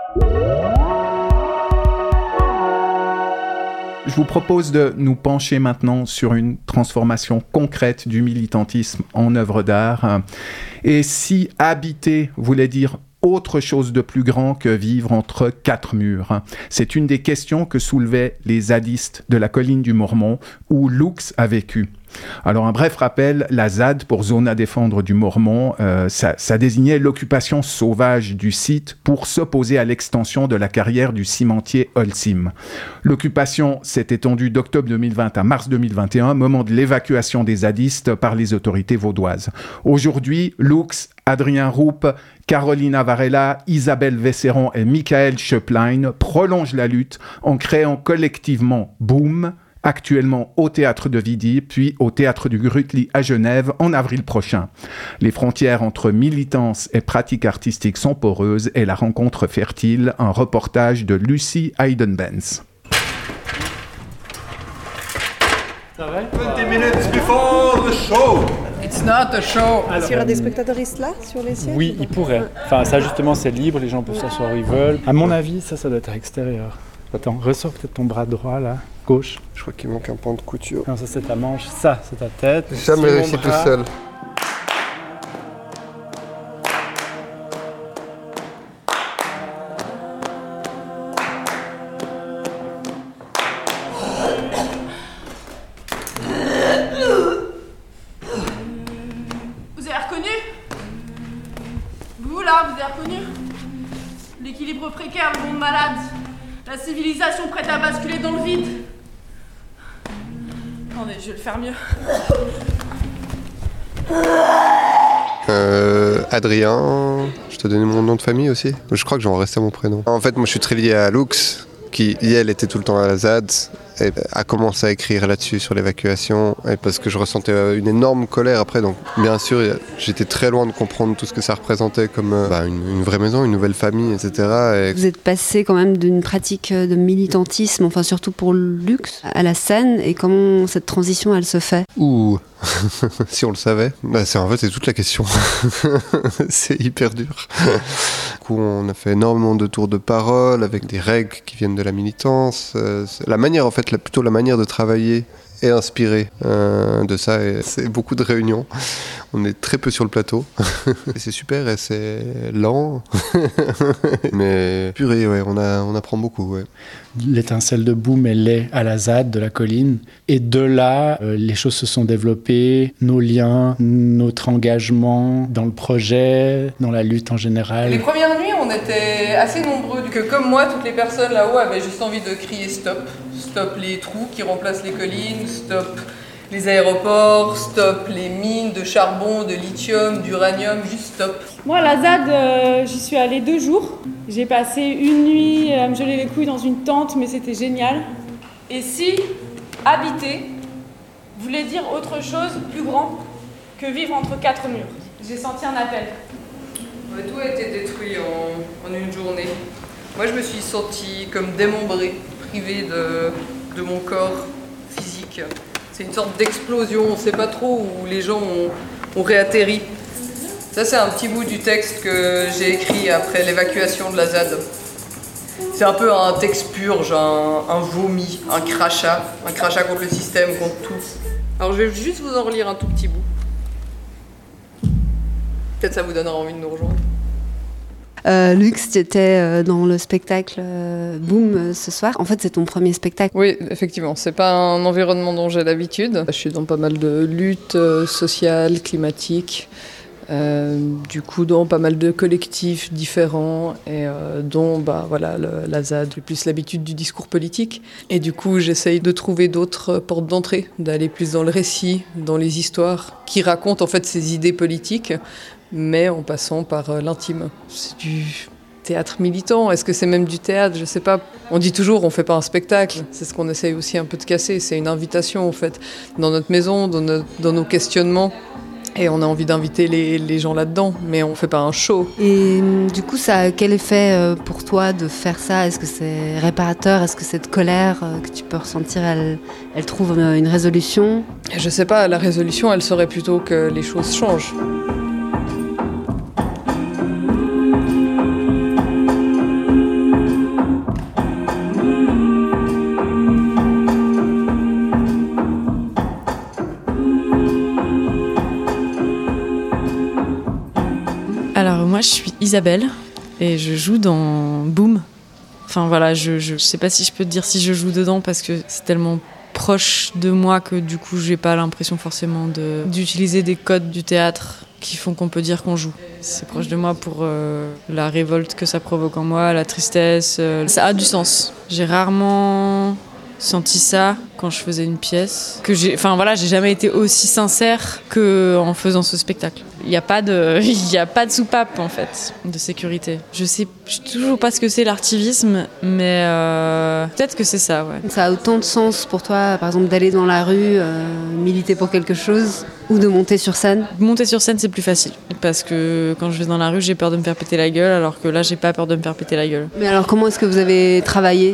Je vous propose de nous pencher maintenant sur une transformation concrète du militantisme en œuvre d'art. Et si habiter voulait dire autre chose de plus grand que vivre entre quatre murs. C'est une des questions que soulevaient les zadistes de la colline du Mormon, où Lux a vécu. Alors un bref rappel, la ZAD, pour zone à défendre du Mormon, ça désignait l'occupation sauvage du site pour s'opposer à l'extension de la carrière du cimentier Holcim. L'occupation s'est étendue d'octobre 2020 à mars 2021, moment de l'évacuation des zadistes par les autorités vaudoises. Aujourd'hui, Lux, Adrien Roup, Carolina Varela, Isabelle Vesseron et Michael Schöpplein prolongent la lutte en créant collectivement Boom, actuellement au Théâtre de Vidy, puis au Théâtre du Grutli à Genève en avril prochain. Les frontières entre militance et pratique artistique sont poreuses et la rencontre fertile, un reportage de Lucy Hayden-Benz. Ça va? 20 minutes before the show. It's not a show. Est-ce qu'il y aura des spectatoristes là, sur les sièges? Oui, ils pourraient. Enfin, ça justement, c'est libre, les gens peuvent s'asseoir où ils veulent. À mon avis, ça doit être à l'extérieur. Attends, ressors peut-être ton bras droit là, gauche. Je crois qu'il manque un pan de couture. Non, ça c'est ta manche, ça c'est ta tête. J'ai jamais réussi tout seul. Vous avez reconnu? Vous là, vous avez reconnu? L'équilibre précaire, le monde malade. La civilisation prête à basculer dans le vide. Attendez, je vais le faire mieux. Adrien, je te donnais mon nom de famille aussi. Je crois que j'en restais mon prénom. En fait, moi je suis très lié à Lux, qui elle était tout le temps à la ZAD, et a commencé à écrire là-dessus sur l'évacuation, et parce que je ressentais une énorme colère après. Donc bien sûr, j'étais très loin de comprendre tout ce que ça représentait comme une vraie maison, une nouvelle famille, etc. Et vous êtes passé quand même d'une pratique de militantisme, enfin surtout pour Lux, à la scène, et comment cette transition elle se fait? Ouh, si on le savait, c'est toute la question. C'est hyper dur. Du coup, on a fait énormément de tours de parole avec des règles qui viennent de la militance. La manière, en fait, plutôt la manière de travailler est inspirée de ça. Et c'est beaucoup de réunions. On est très peu sur le plateau. Et c'est super et c'est lent. Mais purée, ouais, on apprend beaucoup, ouais. L'étincelle de Boom, elle est à la ZAD de la colline. Et de là, les choses se sont développées, nos liens, notre engagement dans le projet, dans la lutte en général. Les premières nuits, on était assez nombreux, que comme moi, toutes les personnes là-haut avaient juste envie de crier stop. Stop les trous qui remplacent les collines, stop les aéroports, stop les mines de charbon, de lithium, d'uranium, juste stop. Moi, à la ZAD, j'y suis allée 2 jours. J'ai passé une nuit à me geler les couilles dans une tente, mais c'était génial. Et si habiter voulait dire autre chose, plus grand, que vivre entre 4 murs? J'ai senti un appel. Ouais, tout a été détruit en une journée. Moi, je me suis sentie comme démembrée, privée de mon corps physique. C'est une sorte d'explosion, on ne sait pas trop où les gens ont réatterri. Ça, c'est un petit bout du texte que j'ai écrit après l'évacuation de la ZAD. C'est un peu un texte purge, un vomi, un crachat contre le système, contre tout. Alors je vais juste vous en relire un tout petit bout. Peut-être ça vous donnera envie de nous rejoindre. Lux, tu étais dans le spectacle Boom ce soir. En fait, c'est ton premier spectacle. Oui, effectivement. C'est pas un environnement dont j'ai l'habitude. Je suis dans pas mal de luttes sociales, climatiques. Du coup, dans pas mal de collectifs différents et dont la ZAD, j'ai plus l'habitude du discours politique. Et du coup, j'essaye de trouver d'autres portes d'entrée, d'aller plus dans le récit, dans les histoires qui racontent en fait ces idées politiques, mais en passant par l'intime. C'est du théâtre militant, est-ce que c'est même du théâtre? Je sais pas. On dit toujours on fait pas un spectacle, c'est ce qu'on essaye aussi un peu de casser, c'est une invitation en fait, dans notre maison, dans nos questionnements. Et on a envie d'inviter les gens là-dedans, mais on fait pas un show. Et du coup, ça a quel effet pour toi de faire ça? Est-ce que c'est réparateur? Est-ce que cette colère que tu peux ressentir, elle trouve une résolution? Je sais pas, la résolution, elle serait plutôt que les choses changent. Moi, je suis Isabelle et je joue dans Boom. Enfin voilà, je sais pas si je peux te dire si je joue dedans parce que c'est tellement proche de moi que du coup, j'ai pas l'impression forcément d'utiliser des codes du théâtre qui font qu'on peut dire qu'on joue. C'est proche de moi pour la révolte que ça provoque en moi, la tristesse. Ça a du sens. J'ai rarement senti ça quand je faisais une pièce. J'ai jamais été aussi sincère qu'en faisant ce spectacle. Il n'y a pas de soupape en fait de sécurité. Je sais toujours pas ce que c'est l'artivisme, mais peut-être que c'est ça. Ouais. Ça a autant de sens pour toi, par exemple, d'aller dans la rue, militer pour quelque chose, ou de monter sur scène? Monter sur scène, c'est plus facile. Parce que quand je vais dans la rue, j'ai peur de me faire péter la gueule, alors que là, j'ai pas peur de me faire péter la gueule. Mais alors, comment est-ce que vous avez travaillé?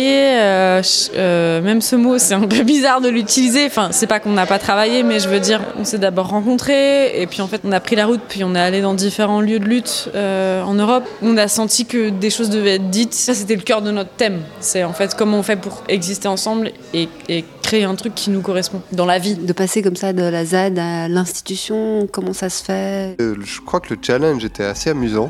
Même ce mot, c'est un peu bizarre de l'utiliser. Enfin, c'est pas qu'on n'a pas travaillé, mais je veux dire, on s'est d'abord rencontrés, et puis en fait, on a pris la route, puis on est allé dans différents lieux de lutte en Europe. On a senti que des choses devaient être dites. Ça, c'était le cœur de notre thème. C'est en fait comment on fait pour exister ensemble et créer un truc qui nous correspond dans la vie. De passer comme ça de la ZAD à l'institution, comment ça se fait? Je crois que le challenge était assez amusant.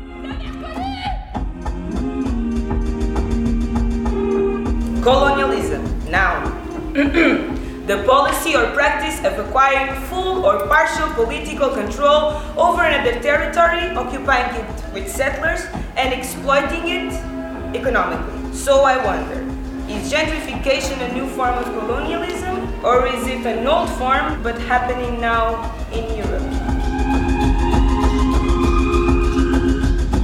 Colonialism, noun. The policy or practice of acquiring full or partial political control over another territory, occupying it with settlers and exploiting it economically. So I wonder, is gentrification a new form of colonialism, or is it an old form but happening now in Europe?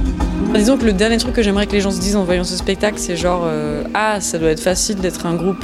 Disons que le dernier truc que j'aimerais que les gens se disent en voyant ce spectacle, c'est genre « Ah, ça doit être facile d'être un groupe ».